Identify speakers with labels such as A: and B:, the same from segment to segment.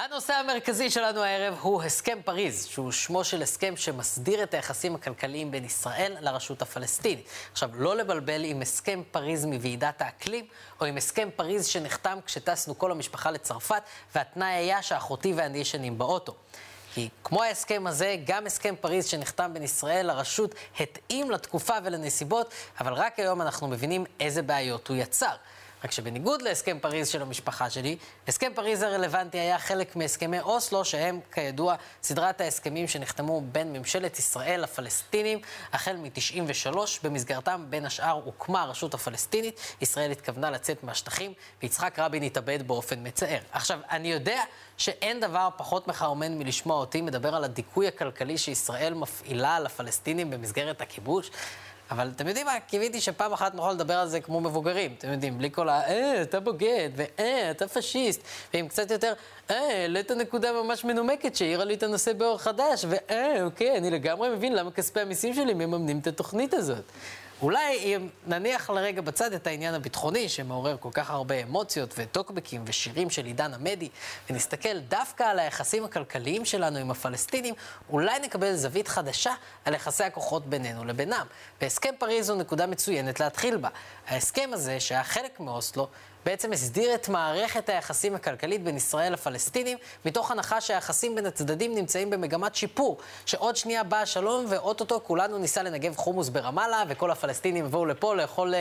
A: הנושא המרכזי שלנו הערב הוא הסכם פריז, שהוא שמו של הסכם שמסדיר את היחסים הכלכליים בין ישראל לרשות הפלסטינית. עכשיו, לא לבלבל עם הסכם פריז מוועידת האקלים, או עם הסכם פריז שנחתם כשטסנו כל המשפחה לצרפת, והתנאי היה שאחותי ואני ישנים באוטו. כי כמו ההסכם הזה, גם הסכם פריז שנחתם בין ישראל לרשות התאים לתקופה ולנסיבות, אבל רק היום אנחנו מבינים איזה בעיות הוא יצר. רק שבניגוד להסכם פריז של המשפחה שלי, הסכם פריז הרלוונטי היה חלק מהסכמי אוסלו, שהם כידוע סדרת ההסכמים שנחתמו בין ממשלת ישראל לפלסטינים, החל מ-93, במסגרתם בין השאר הוקמה הרשות הפלסטינית, ישראל התכוונה לצאת מהשטחים, ויצחק רבין התאבד באופן מצער. עכשיו, אני יודע שאין דבר פחות מחרמן מלשמוע אותי מדבר על הדיכוי הכלכלי שישראל מפעילה על הפלסטינים במסגרת הכיבוש, אבל אתם יודעים מה? קיוויתי שפעם אחת נוכל לדבר על זה כמו מבוגרים. אתם יודעים, בלי כל אתה בוגד, אתה פשיסט. ועם קצת יותר, העלית נקודה ממש מנומקת שהעירה לי את הנושא באור חדש. אוקיי, אני לגמרי מבין למה כספי המיסים שלי מממנים את התוכנית הזאת. אולי נניח לרגע בצד את העניין הביטחוני שמעורר כל כך הרבה אמוציות וטוקבקים ושירים של עידן עמדי, ונסתכל דווקא על היחסים הכלכליים שלנו עם הפלסטינים, אולי נקבל זווית חדשה על יחסי הכוחות בינינו לבינם. והסכם פריז הוא נקודה מצוינת להתחיל בה. ההסכם הזה, שהיה חלק מאוסלו, בעצם הסדיר את מערכת היחסים הכלכלית בין ישראל לפלסטינים, מתוך הנחה שהיחסים בין הצדדים נמצאים במגמת שיפור, שעוד שנייה בא השלום ואוטוטו כולנו ניסה לנגב חומוס ברמאללה, וכל הפלסטינים יבואו לפה לאכול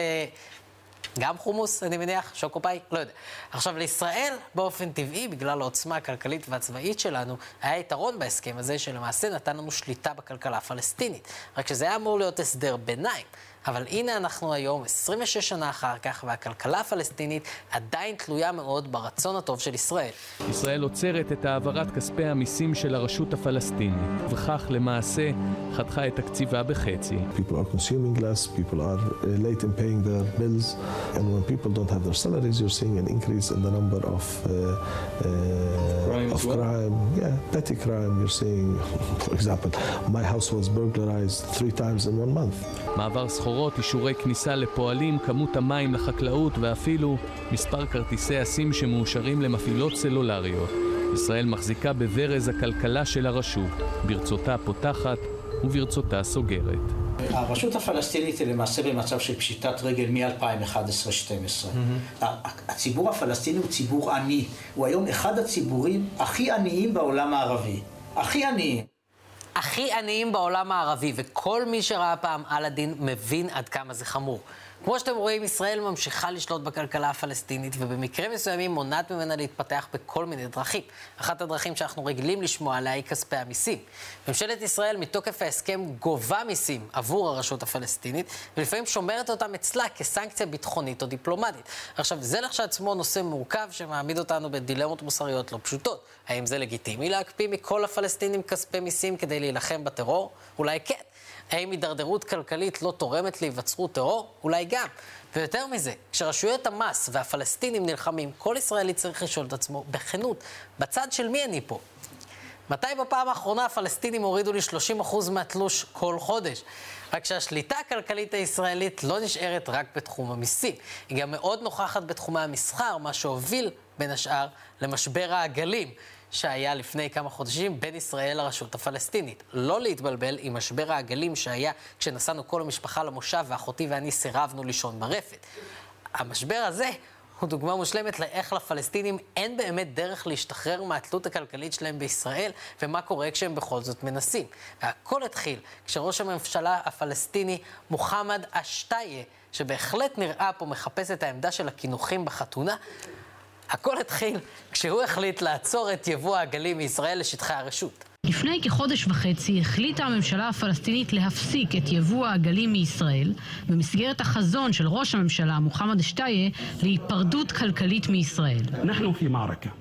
A: גם חומוס, אני מניח, שוקופאי, לא יודע. עכשיו, לישראל, באופן טבעי, בגלל העוצמה הכלכלית והצבאית שלנו, היה יתרון בהסכם הזה שלמעשה נתן לנו שליטה בכלכלה הפלסטינית. רק שזה היה אמור להיות הסדר ביניים. אבל הנה אנחנו היום, 26 שנה אחר כך, והכלכלה הפלסטינית עדיין תלויה מאוד ברצון הטוב של ישראל.
B: ישראל עוצרת את העברת כספי המיסים של הרשות הפלסטינית, וכך למעשה חתכה את תקציבה בחצי.
C: People are consuming less, people are late in paying their bills, and when people don't have their salaries, you're seeing an increase in the number of crime. Yeah, petty crime. You're seeing, for example, my house was burglarized 3 times in 1 month.
B: מעבר סחורות, אישורי כניסה לפועלים, כמות המים לחקלאות ואפילו מספר כרטיסי הסים שמאושרים למפעילות סלולריות. ישראל מחזיקה בברז הכלכלה של הרשות, ברצותה פותחת וברצותה סוגרת.
D: הרשות הפלסטינית היא למעשה במצב של פשיטת רגל מ-2011-2012. הציבור הפלסטיני הוא ציבור עני. הוא היום אחד הציבורים הכי עניים בעולם הערבי. הכי עניים.
A: הכי עניים בעולם הערבי, וכל מי שראה פעם על הדין מבין עד כמה זה חמור. כמו שאתם רואים, ישראל ממשיכה לשלוט בכלכלה הפלסטינית, ובמקרה מסוימים מונעת ממנה להתפתח בכל מיני דרכים. אחת הדרכים שאנחנו רגילים לשמוע עליה היא כספי המיסים. ממשלת ישראל מתוקף ההסכם גובה מיסים עבור הרשות הפלסטינית, ולפעמים שומרת אותם אצלה כסנקציה ביטחונית או דיפלומטית. עכשיו, זה לכשעצמו נושא מורכב שמעמיד אותנו בדילמות מוסריות לא פשוטות. האם זה לגיטימי להקפיא מכל הפלסטינים כספי מיסים כדי להילחם בטרור? אולי כן. האם הידרדרות כלכלית לא תורמת להיווצרות טרור? אולי גם. ויותר מזה, כשרשויות המס והפלסטינים נלחמים, כל ישראלי צריך לשאול את עצמו בכנות, בצד של מי אני פה? מתי בפעם האחרונה הפלסטינים הורידו לי 30% מהתלוש כל חודש? רק שהשליטה הכלכלית הישראלית לא נשארת רק בתחום המיסים. היא גם מאוד נוכחת בתחומי המסחר, מה שהוביל בין השאר למשבר העגלים, שהיה לפני כמה חודשים בין ישראל לרשות הפלסטינית. לא להתבלבל עם משבר העגלים שהיה כשנסענו כל המשפחה למושב ואחותי ואני סירבנו לישון ברפת. המשבר הזה הוא דוגמה מושלמת לאיך לפלסטינים אין באמת דרך להשתחרר מהתלות הכלכלית שלהם בישראל, ומה קורה כשהם בכל זאת מנסים. והכל התחיל כשראש הממשלה הפלסטיני מוחמד אשתיה, שבהחלט נראה פה מחפש את העמדה של הכינוחים בחתונה, הכל התחיל כשהוא החליט לעצור את יבוא העגלים מישראל לשטחי הרשות.
E: לפני כחודש וחצי החליטה הממשלה הפלסטינית להפסיק את יבוא העגלים מישראל במסגרת החזון של ראש הממשלה מוחמד אשתיה להיפרדות כלכלית מישראל.
F: نحن في معركة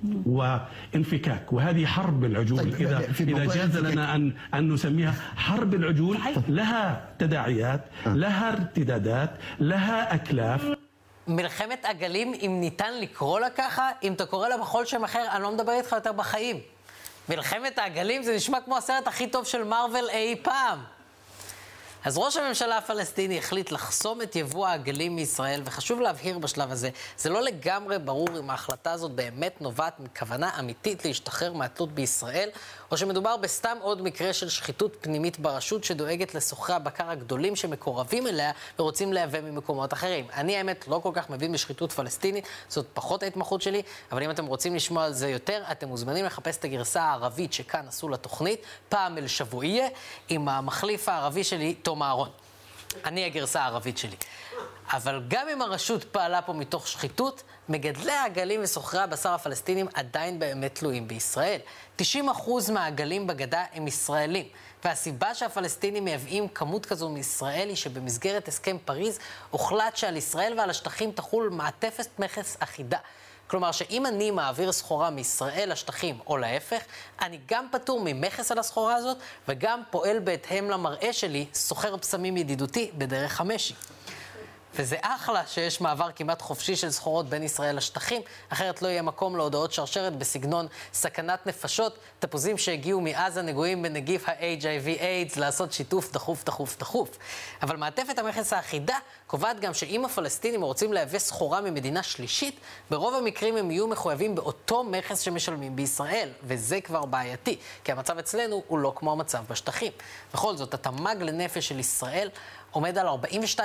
F: وانفكاك وهذه حرب العجول إذا جاز لنا أن نسميها حرب العجول لها تداعيات لها ارتدادات لها أكلاف.
A: מלחמת עגלים, אם ניתן לקרוא לה ככה, אם אתה קורא לה בכל שם אחר, אני לא מדבר איתך יותר בחיים. מלחמת העגלים זה נשמע כמו הסרט הכי טוב של מארוול אי פעם. אז ראש הממשלה הפלסטיני החליט לחסום את יבוא העגלים מישראל, וחשוב להבהיר בשלב הזה, זה לא לגמרי ברור אם ההחלטה הזאת באמת נובעת מכוונה אמיתית להשתחרר מהתלות בישראל, או שמדובר בסתם עוד מקרה של שחיתות פנימית ברשות שדואגת לסוחרי הבקר הגדולים שמקורבים אליה ורוצים לייבא ממקומות אחרים. אני האמת לא כל כך מבין בשחיתות פלסטינית, זאת פחות ההתמחות שלי, אבל אם אתם רוצים לשמוע על זה יותר, אתם מוזמנים לחפש את הגרסה הערבית שכאן עשו לתוכנית, פעם אל שבועיה, עם המחליף הערבי שלי, תום אהרון. אני הגרסה הערבית שלי. אבל גם אם הרשות פעלה פה מתוך שחיתות, מגדלי העגלים וסוחרי הבשר הפלסטינים עדיין באמת תלויים בישראל. 90% מהעגלים בגדה הם ישראלים. והסיבה שהפלסטינים מייבאים כמות כזו מישראל היא שבמסגרת הסכם פריז הוחלט שעל ישראל ועל השטחים תחול מעטפת מכס אחידה. כלומר שאם אני מעביר סחורה מישראל לשטחים או להפך, אני גם פטור ממכס על הסחורה הזאת וגם פועל בהתאם למראה שלי סוחר פסמים ידידותי בדרך המשי. וזה אחלה שיש מעבר כמעט חופשי של סחורות בין ישראל לשטחים, אחרת לא יהיה מקום להודעות שרשרת בסגנון סכנת נפשות, תפוזים שהגיעו מעזה נגועים בנגיף ה-HIV/AIDS לעשות שיתוף דחוף. אבל מעטפת המכס האחידה קובעת גם שאם הפלסטינים רוצים להביא סחורה ממדינה שלישית, ברוב המקרים הם יהיו מחויבים באותו מכס שמשלמים בישראל, וזה כבר בעייתי, כי המצב אצלנו הוא לא כמו המצב בשטחים. בכל זאת, התמ"ג לנפש של ישראל עומד על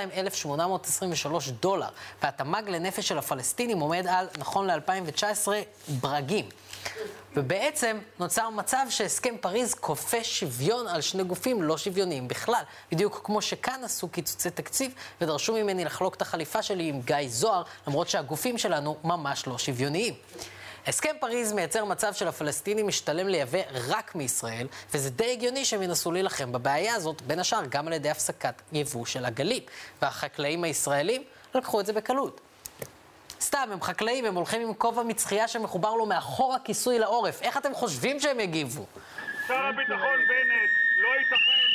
A: $42,823, והתמ"ג לנפש של הפלסטינים עומד על, נכון ל-2019, ברגים. ובעצם נוצר מצב שהסכם פריז כופה שוויון על שני גופים לא שוויוניים בכלל. בדיוק כמו שכאן עשו קיצוצי תקציב ודרשו ממני לחלוק את החליפה שלי עם גיא זוהר, למרות שהגופים שלנו ממש לא שוויוניים. הסכם פריז מייצר מצב של הפלסטינים משתלם לייבא רק מישראל, וזה די הגיוני שהם ינסו להילחם בבעיה הזאת, בין השאר גם על ידי הפסקת יבוא של עגלים. והחקלאים הישראלים לקחו את זה בקלות. סתם, הם חקלאים, הם הולכים עם כובע מצחייה שמחובר לו מאחור הכיסוי לעורף. איך אתם חושבים שהם יגיבו?
G: שר הביטחון בנט, לא ייתכן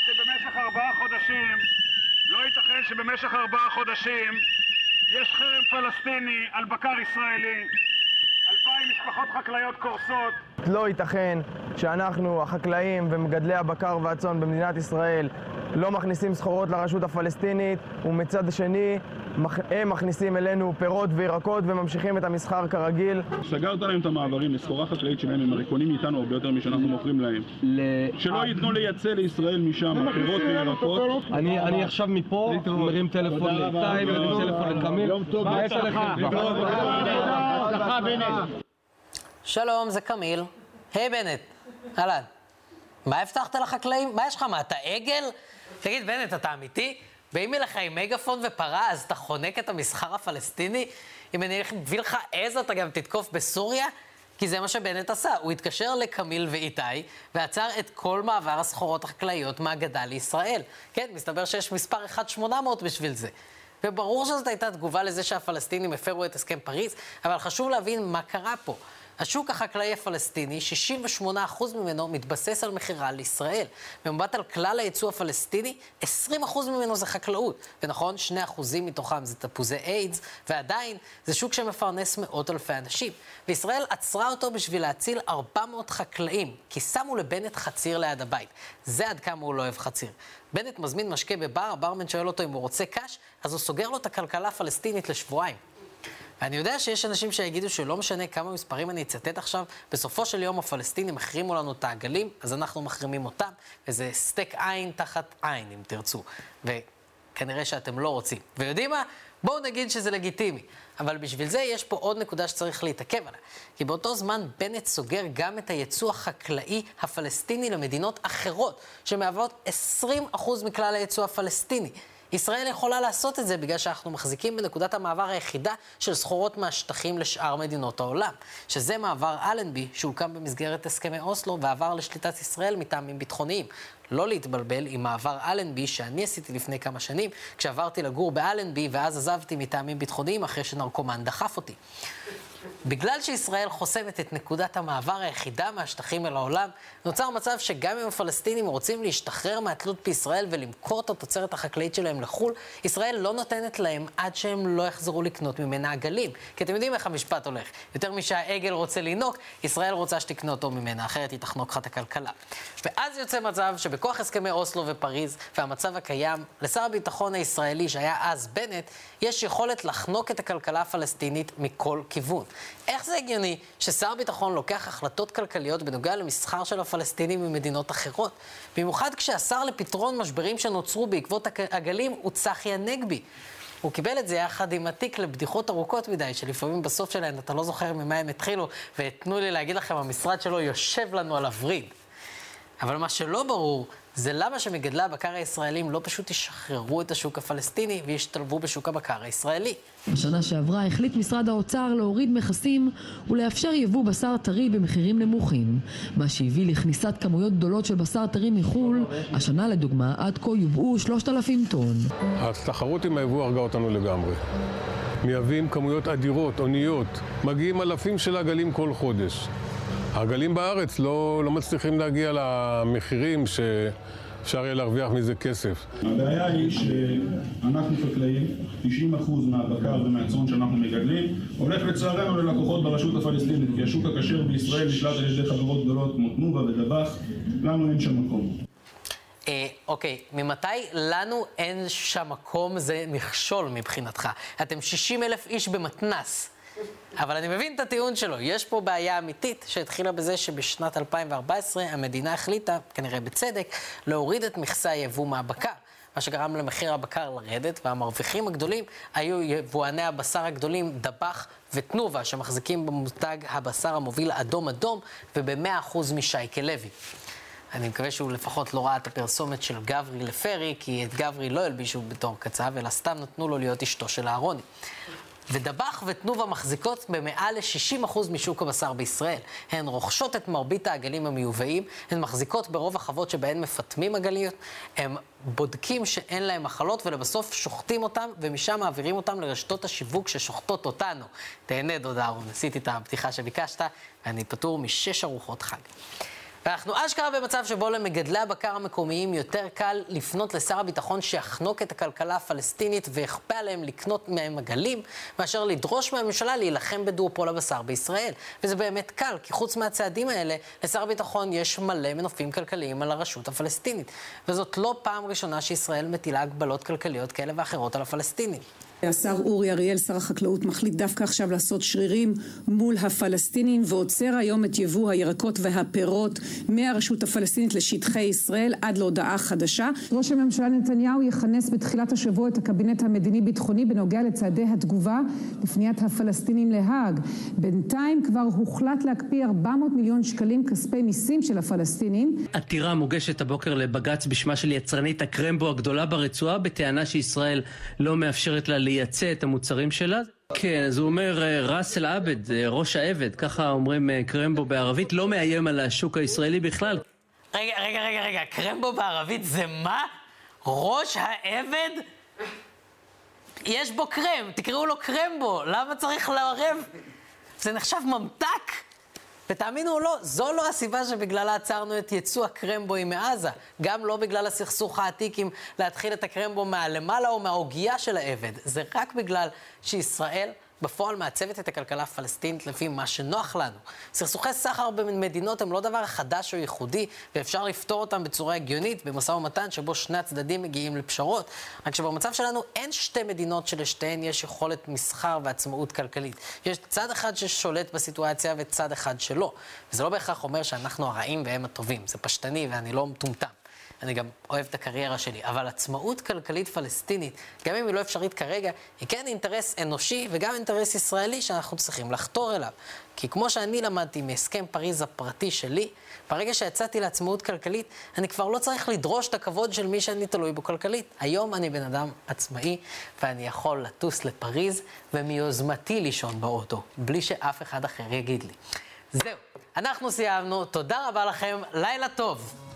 G: שבמשך 4 חודשים יש חרם פלסטיני על בקר ישראלי. 2,000 משפחות חקלאיות קורסות.
H: לא ייתכן שאנחנו, החקלאים ומגדלי הבקר והצאן במדינת ישראל, לא מכניסים סחורות לרשות הפלסטינית, ומצד שני הם מכניסים אלינו פירות וירקות וממשיכים את המסחר כרגיל.
I: סגרת להם את המעברים לסחורה חקלאית שלהם, הם קונים מאיתנו הרבה יותר משאנחנו מוכרים להם. שלא ייתנו לייצא לישראל משם פירות וירקות.
H: אני עכשיו מפה מרים טלפון לאיתי, מרים טלפון לקמיל. מה יש עליכם?
A: שלום, זה קמיל. היי בנט, אהלן. מה הבטחת לחקלאים? מה יש לך? מה, אתה עגל? תגיד, בנט, אתה אמיתי? באים אליך עם מגפון ופרה, אז אתה חונק את המסחר הפלסטיני? אם אני מביא לך עז, אתה גם תתקוף בסוריה? כי זה מה שבנט עשה. הוא התקשר לקמיל ואיתי, ועצר את כל מעבר הסחורות החקלאיות מהגדה לישראל. כן, מסתבר שיש מספר 1-800 בשביל זה. וברור שזאת הייתה תגובה לזה שהפלסטינים הפרו את הסכם פריז, אבל חשוב להבין מה קרה פה. השוק החקלאי הפלסטיני, 68% ממנו מתבסס על מחירה לישראל. במבט על כלל הייצוא הפלסטיני, 20% ממנו זה חקלאות. ונכון, 2% מתוכם זה תפוזי איידס, ועדיין זה שוק שמפרנס מאות אלפי אנשים. וישראל עצרה אותו בשביל להציל 400 חקלאים, כי שמו לבנט חציר ליד הבית. זה עד כמה הוא לא אוהב חציר. בנט מזמין משקה בבר, הברמן שואל אותו אם הוא רוצה קש, אז הוא סוגר לו את הכלכלה הפלסטינית לשבועיים. ואני יודע שיש אנשים שיגידו שלא משנה כמה מספרים אני אצטט עכשיו, בסופו של יום הפלסטינים מחרימו לנו את העגלים, אז אנחנו מחרימים אותם, וזה סטייק עין תחת עין, אם תרצו. וכנראה שאתם לא רוצים. ויודעים מה? בואו נגיד שזה לגיטימי. אבל בשביל זה יש פה עוד נקודה שצריך להתעכב עליה. כי באותו זמן בנט סוגר גם את הייצוא החקלאי הפלסטיני למדינות אחרות, שמהוות 20% מכלל הייצוא הפלסטיני. ישראל יכולה לעשות את זה בגלל שאנחנו מחזיקים בנקודת המעבר היחידה של סחורות מהשטחים לשאר מדינות העולם, שזה מעבר אלנבי שהוקם במסגרת הסכמי אוסלו ועבר לשליטת ישראל מטעמים ביטחוניים. לא להתבלבל עם מעבר אלנבי שאני עשיתי לפני כמה שנים, כשעברתי לגור באלנבי ואז עזבתי מטעמים ביטחוניים אחרי שנרקומן דחף אותי. בגלל שישראל חוסמת את נקודת המעבר היחידה מהשטחים אל העולם, נוצר מצב שגם אם הפלסטינים רוצים להשתחרר מהתלות בישראל ולמכור את התוצרת החקלאית שלהם לחול, ישראל לא נותנת להם עד שהם לא יחזרו לקנות ממנה עגלים. כי אתם יודעים איך המשפט הולך. יותר משהעגל רוצה לינוק, ישראל רוצה שתקנה אותו ממנה, אחרת היא תחנוק לך את הכלכלה. ואז יוצא מצב שבכוח הסכמי אוסלו ופריז והמצב הקיים, לשר הביטחון הישראלי שהיה אז בנט, יש יכולת לחנוק את הכלכלה הפלסטינית מכל כיוון. איך זה הגיוני ששר ביטחון לוקח החלטות כלכליות בנוגע למסחר של הפלסטינים ממדינות אחרות? במיוחד כשהשר לפתרון משברים שנוצרו בעקבות הגלים הוא צחי הנגבי. הוא קיבל את זה יחד עם התיק לבדיחות ארוכות מדי, שלפעמים בסוף שלהן אתה לא זוכר ממה הם התחילו, ותנו לי להגיד לכם, המשרד שלו יושב לנו על הווריד. אבל מה שלא ברור זה למה שמגדלי הבקר הישראלים לא פשוט ישחררו את השוק הפלסטיני וישתלבו בשוק הבקר הישראלי.
J: בשנה שעברה החליט משרד האוצר להוריד מכסים ולאפשר יבוא בשר טרי במחירים נמוכים, מה שהביא לכניסת כמויות גדולות של בשר טרי מחול. השנה לדוגמה עד כה יובאו 3,000 טון.
K: התחרות עם היבוא הרגה אותנו לגמרי. מייבאים כמויות אדירות, אוניות, מגיעים אלפים של עגלים כל חודש. העגלים בארץ לא מצליחים להגיע למחירים שאפשר יהיה להרוויח מזה כסף.
I: הבעיה היא שאנחנו חקלאים, 90% מהבקר ומהצאן שאנחנו מגדלים, הולך לצערנו ללקוחות ברשות הפלסטינית, כי השוק הכשר בישראל נשלט על ידי חברות גדולות כמו תנובה ודבח, לנו אין שם מקום.
A: אוקיי, ממתי לנו אין שם מקום זה מכשול מבחינתך? אתם 60,000 איש במתנס. אבל אני מבין את הטיעון שלו. יש פה בעיה אמיתית שהתחילה בזה שבשנת 2014 המדינה החליטה, כנראה בצדק, להוריד את מכסי היבוא מהבקר, מה שגרם למחיר הבקר לרדת, והמרוויחים הגדולים היו יבואני הבשר הגדולים דבח ותנובה, שמחזיקים במותג הבשר המוביל אדום אדום וב100% משייקה לוי. אני מקווה שהוא לפחות לא ראה את הפרסומת של גברי לפרי, כי את גברי לא ילבישו בתור קצב, אלא סתם נתנו לו להיות אשתו של אהרוני. ודבח ותנובה מחזיקות במעל ל-60% משוק הבשר בישראל. הן רוכשות את מרבית העגלים המיובאים, הן מחזיקות ברוב החוות שבהן מפטמים עגליות, הם בודקים שאין להם מחלות ולבסוף שוחטים אותם ומשם מעבירים אותם לרשתות השיווק ששוחטות אותנו. תהנה דוד אהרון, עשיתי את הפתיחה שביקשת ואני פטור מ6 ארוחות חג. ואנחנו אשכרה במצב שבו למגדלי הבקר המקומיים יותר קל לפנות לשר הביטחון שיחנוק את הכלכלה הפלסטינית ויכפה עליהם לקנות מהם עגלים, מאשר לדרוש מהממשלה להילחם בדואופול הבשר בישראל. וזה באמת קל, כי חוץ מהצעדים האלה, לשר הביטחון יש מלא מנופים כלכליים על הרשות הפלסטינית. וזאת לא פעם ראשונה שישראל מטילה הגבלות כלכליות כאלה ואחרות על הפלסטינים.
L: השר אורי אריאל, שר החקלאות, מחליט דווקא עכשיו לעשות שרירים מול הפלסטינים ועוצר היום את יבוא הירקות והפירות מהרשות הפלסטינית לשטחי ישראל עד להודעה חדשה. ראש הממשלה נתניהו יכנס בתחילת השבוע את הקבינט המדיני-ביטחוני בנוגע לצעדי התגובה לפניית הפלסטינים להאג. בינתיים כבר הוחלט להקפיא 400 מיליון שקלים כספי מיסים של הפלסטינים.
M: עתירה מוגשת הבוקר לבג"ץ בשמה של יצרנית הקרמבו הגדולה ברצועה, בטענה שישראל לא מאפשרת לה לייצא את המוצרים שלה. כן, אז הוא אומר ראס אל עבד, ראש העבד, ככה אומרים קרמבו בערבית, לא מאיים על השוק הישראלי בכלל.
A: רגע, קרמבו בערבית זה מה? ראש העבד? יש בו קרם, תקראו לו קרמבו, למה צריך לערב? זה נחשב ממתק? ותאמינו או לא, זו לא הסיבה שבגללה עצרנו את ייצוא הקרמבואים מעזה. גם לא בגלל הסכסוך העתיק עם להתחיל את הקרמבו מהלמעלה או מהעוגיה של העבד. זה רק בגלל שישראל בפועל מעצבת את הכלכלה הפלסטינית לפי מה שנוח לנו. סכסוכי סחר בין מדינות הם לא דבר חדש או ייחודי, ואפשר לפתור אותם בצורה הגיונית, במשא ומתן שבו שני הצדדים מגיעים לפשרות. רק שבמצב שלנו אין שתי מדינות שלשתיהן יש יכולת מסחר ועצמאות כלכלית. יש צד אחד ששולט בסיטואציה וצד אחד שלא. וזה לא בהכרח אומר שאנחנו הרעים והם הטובים. זה פשטני ואני לא מטומטם. אני גם אוהב את הקריירה שלי, אבל עצמאות כלכלית פלסטינית, גם אם היא לא אפשרית כרגע, היא כן אינטרס אנושי וגם אינטרס ישראלי שאנחנו צריכים לחתור אליו. כי כמו שאני למדתי מהסכם פריז הפרטי שלי, ברגע שיצאתי לעצמאות כלכלית, אני כבר לא צריך לדרוש את הכבוד של מי שאני תלוי בו כלכלית. היום אני בן אדם עצמאי, ואני יכול לטוס לפריז ומיוזמתי לישון באוטו, בלי שאף אחד אחר יגיד לי. זהו, אנחנו סיימנו, תודה רבה לכם, לילה טוב.